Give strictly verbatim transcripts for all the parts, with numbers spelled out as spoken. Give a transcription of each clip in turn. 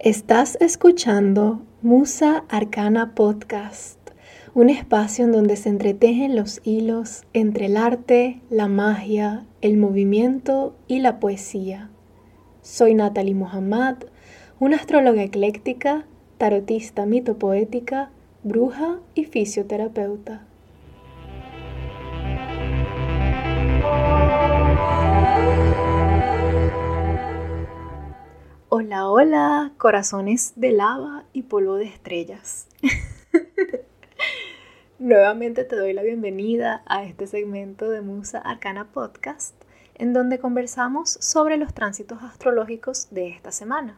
Estás escuchando Musa Arcana Podcast, un espacio en donde se entretejen los hilos entre el arte, la magia, el movimiento y la poesía. Soy Natalie Muhammad, una astróloga ecléctica, tarotista mitopoética, bruja y fisioterapeuta. Hola, hola, corazones de lava y polvo de estrellas. Nuevamente te doy la bienvenida a este segmento de Musa Arcana Podcast, en donde conversamos sobre los tránsitos astrológicos de esta semana.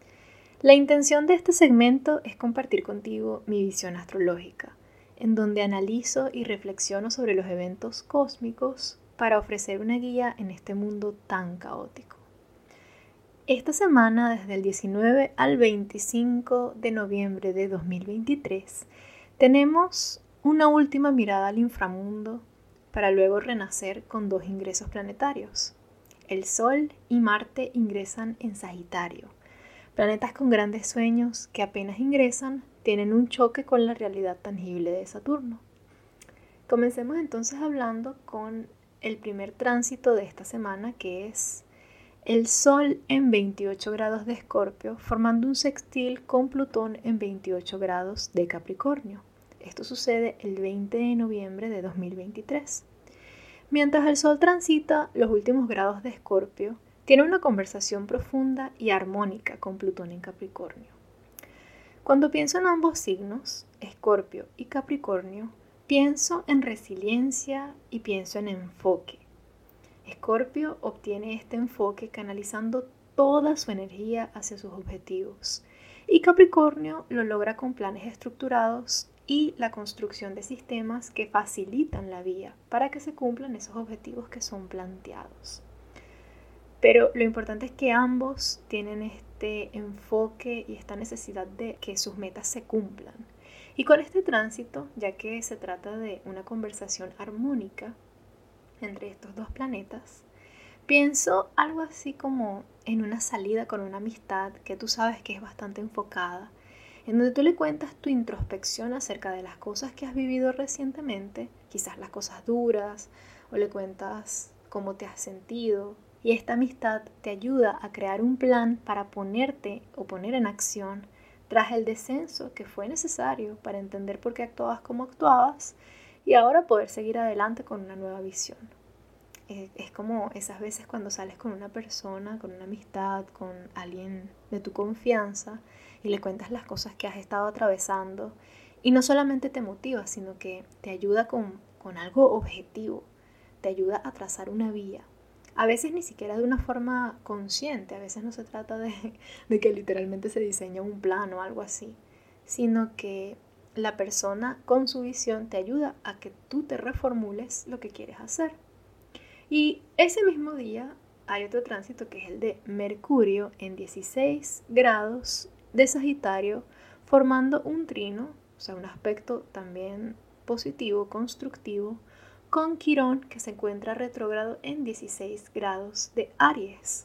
La intención de este segmento es compartir contigo mi visión astrológica, en donde analizo y reflexiono sobre los eventos cósmicos para ofrecer una guía en este mundo tan caótico. Esta semana, desde el diecinueve al veinticinco de noviembre de dos mil veintitrés, tenemos una última mirada al inframundo para luego renacer con dos ingresos planetarios. El Sol y Marte ingresan en Sagitario. Planetas con grandes sueños que apenas ingresan tienen un choque con la realidad tangible de Saturno. Comencemos entonces hablando con el primer tránsito de esta semana, que es el Sol en veintiocho grados de Escorpio, formando un sextil con Plutón en veintiocho grados de Capricornio. Esto sucede el veinte de noviembre de dos mil veintitrés. Mientras el Sol transita los últimos grados de Escorpio, tiene una conversación profunda y armónica con Plutón en Capricornio. Cuando pienso en ambos signos, Escorpio y Capricornio, pienso en resiliencia y pienso en enfoque. Escorpio obtiene este enfoque canalizando toda su energía hacia sus objetivos y Capricornio lo logra con planes estructurados y la construcción de sistemas que facilitan la vía para que se cumplan esos objetivos que son planteados. Pero lo importante es que ambos tienen este enfoque y esta necesidad de que sus metas se cumplan. Y con este tránsito, ya que se trata de una conversación armónica entre estos dos planetas, pienso algo así como en una salida con una amistad que tú sabes que es bastante enfocada, en donde tú le cuentas tu introspección acerca de las cosas que has vivido recientemente, quizás las cosas duras, o le cuentas cómo te has sentido, y esta amistad te ayuda a crear un plan para ponerte o poner en acción tras el descenso que fue necesario para entender por qué actuabas como actuabas y ahora poder seguir adelante con una nueva visión. Es como esas veces cuando sales con una persona, con una amistad, con alguien de tu confianza y le cuentas las cosas que has estado atravesando y no solamente te motiva, sino que te ayuda con, con algo objetivo, te ayuda a trazar una vía. A veces ni siquiera de una forma consciente, a veces no se trata de, de que literalmente se diseña un plan o algo así, sino que la persona con su visión te ayuda a que tú te reformules lo que quieres hacer. Y ese mismo día hay otro tránsito que es el de Mercurio en dieciséis grados de Sagitario, formando un trino, o sea, un aspecto también positivo, constructivo, con Quirón, que se encuentra retrógrado en dieciséis grados de Aries.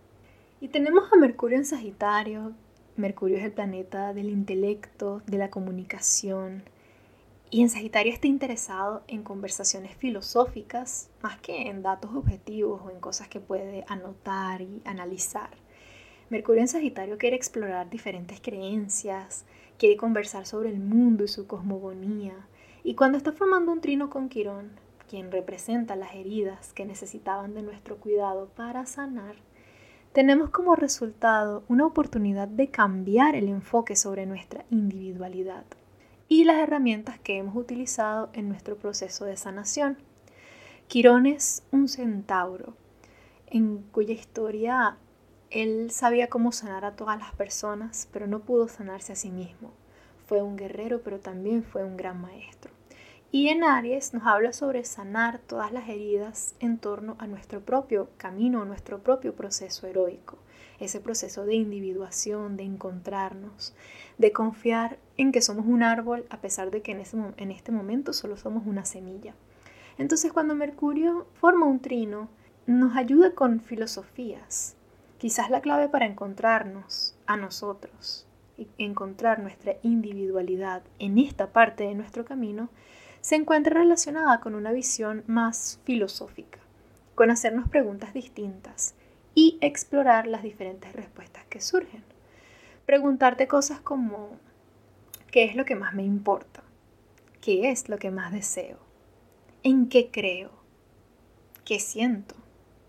Y tenemos a Mercurio en Sagitario. Mercurio es el planeta del intelecto, de la comunicación. Y en Sagitario está interesado en conversaciones filosóficas más que en datos objetivos o en cosas que puede anotar y analizar. Mercurio en Sagitario quiere explorar diferentes creencias, quiere conversar sobre el mundo y su cosmogonía. Y cuando está formando un trino con Quirón, quien representa las heridas que necesitaban de nuestro cuidado para sanar, tenemos como resultado una oportunidad de cambiar el enfoque sobre nuestra individualidad y las herramientas que hemos utilizado en nuestro proceso de sanación. Quirón es un centauro, en cuya historia él sabía cómo sanar a todas las personas, pero no pudo sanarse a sí mismo. Fue un guerrero, pero también fue un gran maestro. Y en Aries nos habla sobre sanar todas las heridas en torno a nuestro propio camino, a nuestro propio proceso heroico. Ese proceso de individuación, de encontrarnos, de confiar en que somos un árbol a pesar de que en, ese, en este momento solo somos una semilla. Entonces cuando Mercurio forma un trino, nos ayuda con filosofías. Quizás la clave para encontrarnos a nosotros y encontrar nuestra individualidad en esta parte de nuestro camino se encuentra relacionada con una visión más filosófica, con hacernos preguntas distintas y explorar las diferentes respuestas que surgen. Preguntarte cosas como, ¿qué es lo que más me importa? ¿Qué es lo que más deseo? ¿En qué creo? ¿Qué siento?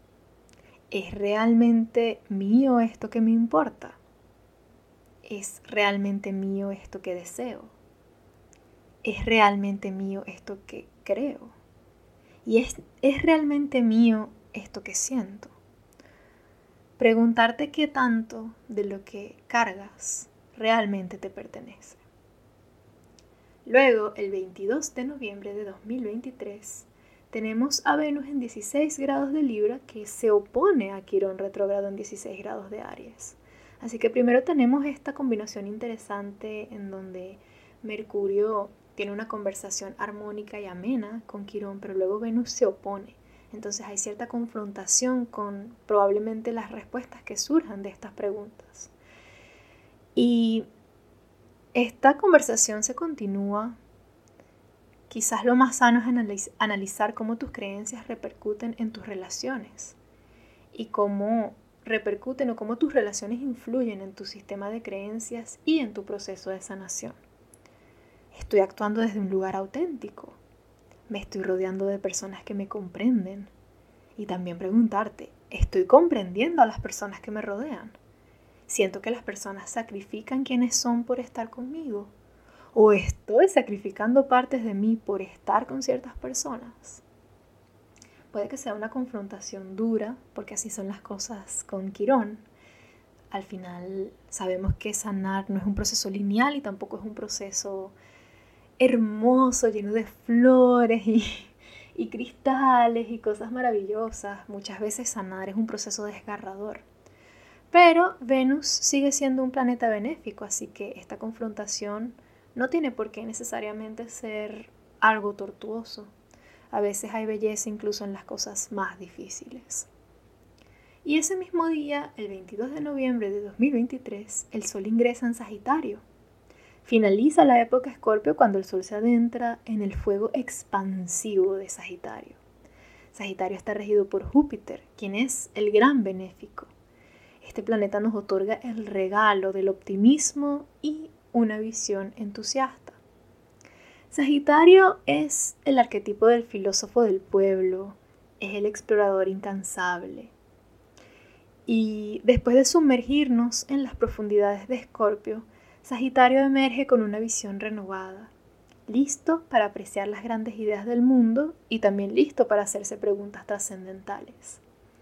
¿Es realmente mío esto que me importa? ¿Es realmente mío esto que deseo? ¿Es realmente mío esto que creo? ¿Y es, es realmente mío esto que siento? Preguntarte qué tanto de lo que cargas realmente te pertenece. Luego, el veintidós de noviembre de dos mil veintitrés, tenemos a Venus en dieciséis grados de Libra que se opone a Quirón retrógrado en dieciséis grados de Aries. Así que primero tenemos esta combinación interesante en donde Mercurio tiene una conversación armónica y amena con Quirón, pero luego Venus se opone. Entonces hay cierta confrontación con probablemente las respuestas que surjan de estas preguntas. Y esta conversación se continúa. Quizás lo más sano es analiz- analizar cómo tus creencias repercuten en tus relaciones y cómo repercuten o cómo tus relaciones influyen en tu sistema de creencias y en tu proceso de sanación. Estoy actuando desde un lugar auténtico. Me estoy rodeando de personas que me comprenden. Y también preguntarte, ¿estoy comprendiendo a las personas que me rodean? ¿Siento que las personas sacrifican quienes son por estar conmigo? ¿O estoy sacrificando partes de mí por estar con ciertas personas? Puede que sea una confrontación dura, porque así son las cosas con Quirón. Al final sabemos que sanar no es un proceso lineal y tampoco es un proceso hermoso, lleno de flores y, y cristales y cosas maravillosas. Muchas veces sanar es un proceso desgarrador. Pero Venus sigue siendo un planeta benéfico, así que esta confrontación no tiene por qué necesariamente ser algo tortuoso. A veces hay belleza incluso en las cosas más difíciles. Y ese mismo día, el veintidós de noviembre de dos mil veintitrés, el Sol ingresa en Sagitario. Finaliza la época Escorpio cuando el Sol se adentra en el fuego expansivo de Sagitario. Sagitario está regido por Júpiter, quien es el gran benéfico. Este planeta nos otorga el regalo del optimismo y una visión entusiasta. Sagitario es el arquetipo del filósofo del pueblo, es el explorador incansable. Y después de sumergirnos en las profundidades de Escorpio, Sagitario emerge con una visión renovada, listo para apreciar las grandes ideas del mundo y también listo para hacerse preguntas trascendentales.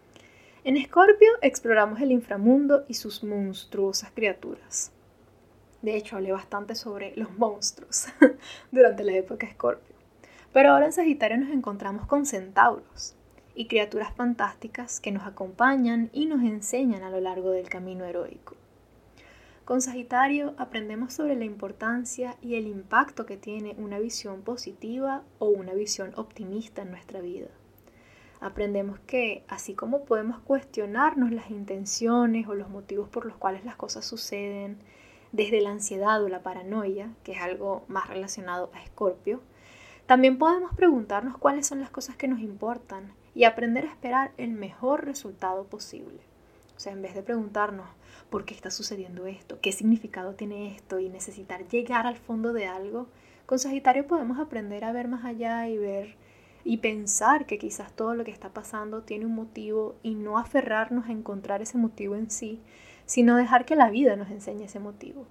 En Escorpio exploramos el inframundo y sus monstruosas criaturas. De hecho, hablé bastante sobre los monstruos durante la época Escorpio. Pero ahora en Sagitario nos encontramos con centauros y criaturas fantásticas que nos acompañan y nos enseñan a lo largo del camino heroico. Con Sagitario aprendemos sobre la importancia y el impacto que tiene una visión positiva o una visión optimista en nuestra vida. Aprendemos que, así como podemos cuestionarnos las intenciones o los motivos por los cuales las cosas suceden, desde la ansiedad o la paranoia, que es algo más relacionado a Escorpio, también podemos preguntarnos cuáles son las cosas que nos importan y aprender a esperar el mejor resultado posible. O sea, en vez de preguntarnos por qué está sucediendo esto, qué significado tiene esto y necesitar llegar al fondo de algo, con Sagitario podemos aprender a ver más allá y ver y pensar que quizás todo lo que está pasando tiene un motivo y no aferrarnos a encontrar ese motivo en sí, sino dejar que la vida nos enseñe ese motivo.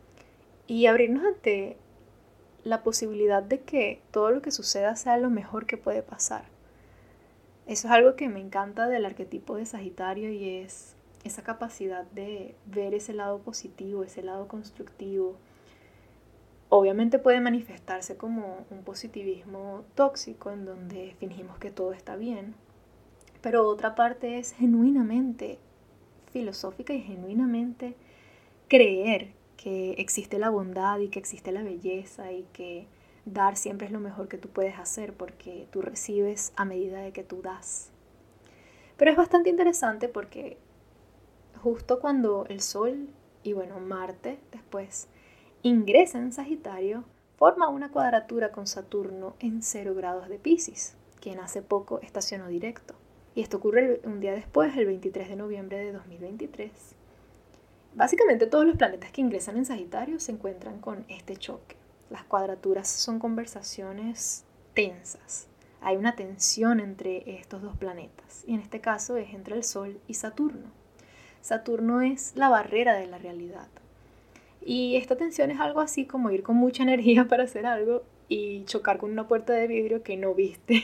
Y abrirnos ante la posibilidad de que todo lo que suceda sea lo mejor que puede pasar. Eso es algo que me encanta del arquetipo de Sagitario y es esa capacidad de ver ese lado positivo, ese lado constructivo. Obviamente puede manifestarse como un positivismo tóxico en donde fingimos que todo está bien, pero otra parte es genuinamente filosófica y genuinamente creer que existe la bondad y que existe la belleza y que dar siempre es lo mejor que tú puedes hacer porque tú recibes a medida de que tú das. Pero es bastante interesante porque justo cuando el Sol Y bueno, Marte después ingresa en Sagitario, forma una cuadratura con Saturno en cero grados de Piscis, quien hace poco estacionó directo. Y esto ocurre un día después, el veintitrés de noviembre de dos mil veintitrés. Básicamente todos los planetas que ingresan en Sagitario se encuentran con este choque. Las cuadraturas son conversaciones tensas. Hay una tensión entre estos dos planetas, y en este caso es entre el Sol y Saturno. Saturno es la barrera de la realidad. Y esta tensión es algo así como ir con mucha energía para hacer algo y chocar con una puerta de vidrio que no viste.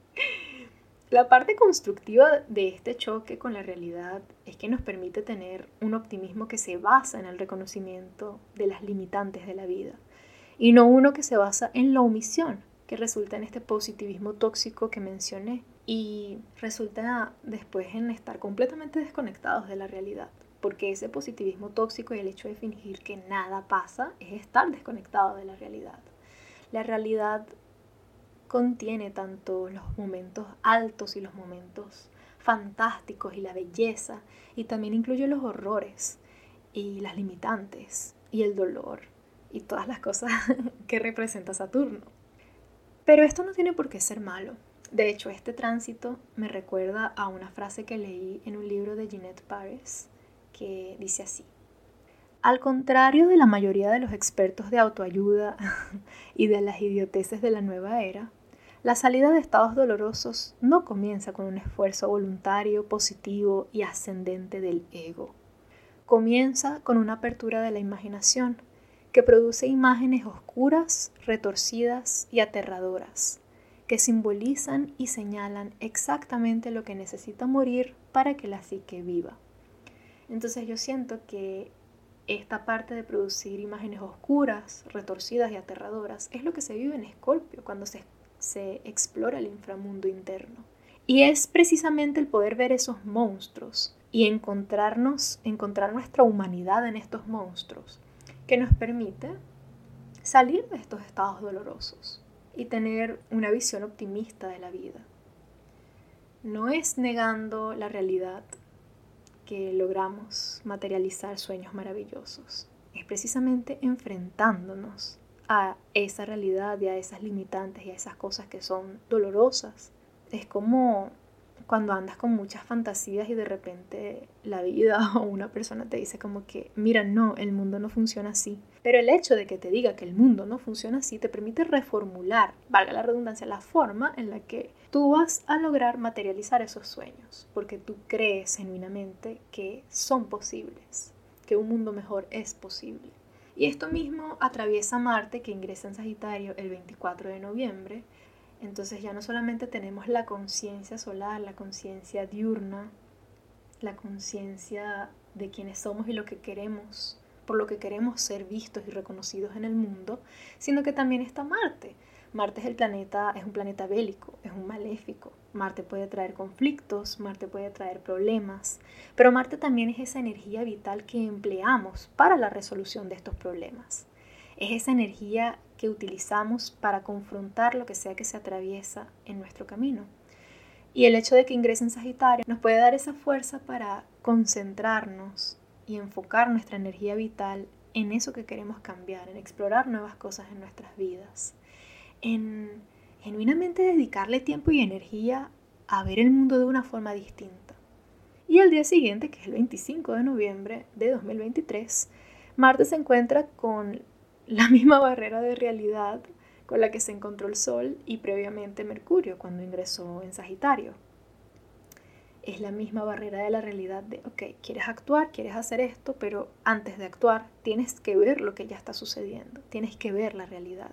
La parte constructiva de este choque con la realidad es que nos permite tener un optimismo que se basa en el reconocimiento de las limitantes de la vida, y no uno que se basa en la omisión, que resulta en este positivismo tóxico que mencioné y resulta después en estar completamente desconectados de la realidad. Porque ese positivismo tóxico y el hecho de fingir que nada pasa es estar desconectado de la realidad. La realidad contiene tanto los momentos altos y los momentos fantásticos y la belleza, y también incluye los horrores y las limitantes y el dolor y todas las cosas que representa Saturno. Pero esto no tiene por qué ser malo. De hecho, este tránsito me recuerda a una frase que leí en un libro de Ginette Paris, que dice así: al contrario de la mayoría de los expertos de autoayuda y de las idioteces de la nueva era, la salida de estados dolorosos no comienza con un esfuerzo voluntario, positivo y ascendente del ego. Comienza con una apertura de la imaginación que produce imágenes oscuras, retorcidas y aterradoras, que simbolizan y señalan exactamente lo que necesita morir para que la psique viva. Entonces yo siento que esta parte de producir imágenes oscuras, retorcidas y aterradoras es lo que se vive en Escorpio cuando se, se explora el inframundo interno. Y es precisamente el poder ver esos monstruos y encontrarnos, encontrar nuestra humanidad en estos monstruos que nos permite salir de estos estados dolorosos y tener una visión optimista de la vida. No es negando la realidad que logramos materializar sueños maravillosos. Es precisamente enfrentándonos a esa realidad y a esas limitantes y a esas cosas que son dolorosas. Es como cuando andas con muchas fantasías y de repente la vida o una persona te dice como que, mira, no, el mundo no funciona así. Pero el hecho de que te diga que el mundo no funciona así te permite reformular, valga la redundancia, la forma en la que tú vas a lograr materializar esos sueños, porque tú crees genuinamente que son posibles, que un mundo mejor es posible. Y esto mismo atraviesa Marte, que ingresa en Sagitario el veinticuatro de noviembre. Entonces ya no solamente tenemos la conciencia solar, la conciencia diurna, la conciencia de quiénes somos y lo que queremos, por lo que queremos ser vistos y reconocidos en el mundo, sino que también está Marte. Marte es el planeta, es un planeta bélico, es un maléfico. Marte puede traer conflictos, Marte puede traer problemas, pero Marte también es esa energía vital que empleamos para la resolución de estos problemas. Es esa energía que utilizamos para confrontar lo que sea que se atraviesa en nuestro camino. Y el hecho de que ingrese en Sagitario nos puede dar esa fuerza para concentrarnos y enfocar nuestra energía vital en eso que queremos cambiar, en explorar nuevas cosas en nuestras vidas, en genuinamente dedicarle tiempo y energía a ver el mundo de una forma distinta. Y al día siguiente, que es el veinticinco de noviembre de dos mil veintitrés, Marte se encuentra con la misma barrera de realidad con la que se encontró el Sol y previamente Mercurio cuando ingresó en Sagitario. Es la misma barrera de la realidad de, ok, quieres actuar, quieres hacer esto, pero antes de actuar tienes que ver lo que ya está sucediendo, tienes que ver la realidad.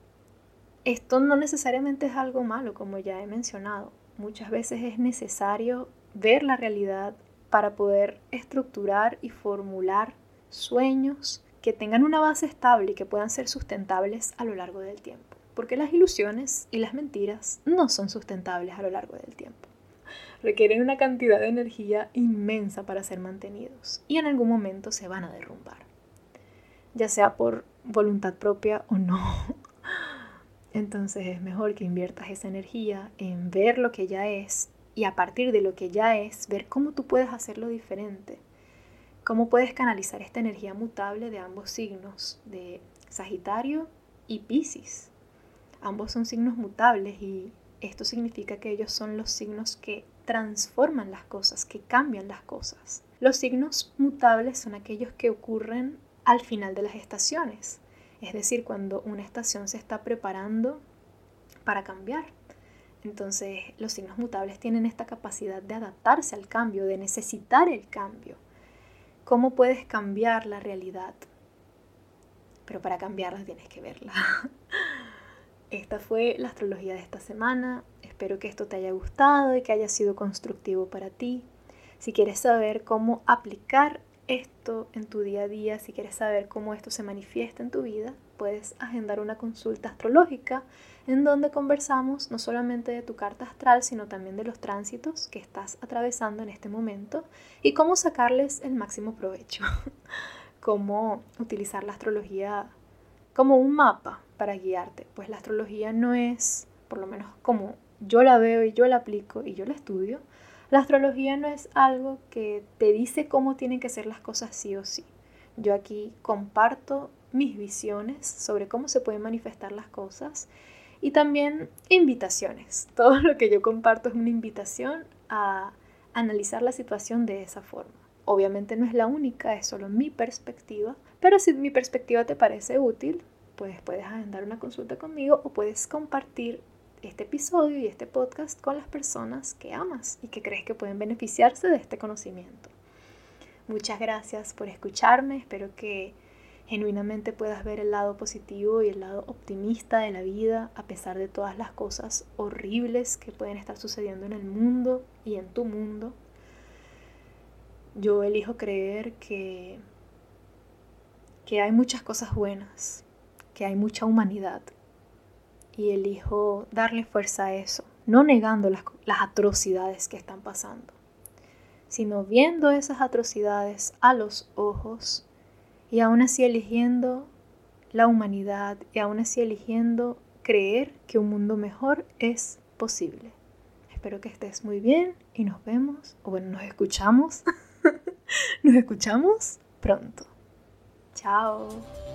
Esto no necesariamente es algo malo, como ya he mencionado. Muchas veces es necesario ver la realidad para poder estructurar y formular sueños que tengan una base estable y que puedan ser sustentables a lo largo del tiempo. Porque las ilusiones y las mentiras no son sustentables a lo largo del tiempo. Requieren una cantidad de energía inmensa para ser mantenidos y en algún momento se van a derrumbar, ya sea por voluntad propia o no. Entonces es mejor que inviertas esa energía en ver lo que ya es y a partir de lo que ya es, ver cómo tú puedes hacerlo diferente. ¿Cómo puedes canalizar esta energía mutable de ambos signos, de Sagitario y Piscis? Ambos son signos mutables y esto significa que ellos son los signos que transforman las cosas, que cambian las cosas. Los signos mutables son aquellos que ocurren al final de las estaciones, es decir, cuando una estación se está preparando para cambiar. Entonces, los signos mutables tienen esta capacidad de adaptarse al cambio, de necesitar el cambio. ¿Cómo puedes cambiar la realidad? Pero para cambiarla tienes que verla. Esta fue la astrología de esta semana. Espero que esto te haya gustado y que haya sido constructivo para ti. Si quieres saber cómo aplicar esto en tu día a día, si quieres saber cómo esto se manifiesta en tu vida, puedes agendar una consulta astrológica en donde conversamos no solamente de tu carta astral, sino también de los tránsitos que estás atravesando en este momento y cómo sacarles el máximo provecho. Cómo utilizar la astrología como un mapa para guiarte, pues la astrología no es, por lo menos como yo la veo y yo la aplico y yo la estudio, la astrología no es algo que te dice cómo tienen que ser las cosas sí o sí. Yo aquí comparto mis visiones sobre cómo se pueden manifestar las cosas y también invitaciones. Todo lo que yo comparto es una invitación a analizar la situación de esa forma. Obviamente no es la única, es solo mi perspectiva, pero si mi perspectiva te parece útil, pues puedes agendar una consulta conmigo o puedes compartir este episodio y este podcast con las personas que amas y que crees que pueden beneficiarse de este conocimiento. Muchas gracias por escucharme, espero que genuinamente puedas ver el lado positivo y el lado optimista de la vida a pesar de todas las cosas horribles que pueden estar sucediendo en el mundo y en tu mundo. Yo elijo creer que, que hay muchas cosas buenas, que hay mucha humanidad y elijo darle fuerza a eso, no negando las, las atrocidades que están pasando, sino viendo esas atrocidades a los ojos y aún así eligiendo la humanidad y aún así eligiendo creer que un mundo mejor es posible. Espero que estés muy bien y nos vemos, o bueno, nos escuchamos, nos escuchamos pronto. Chao.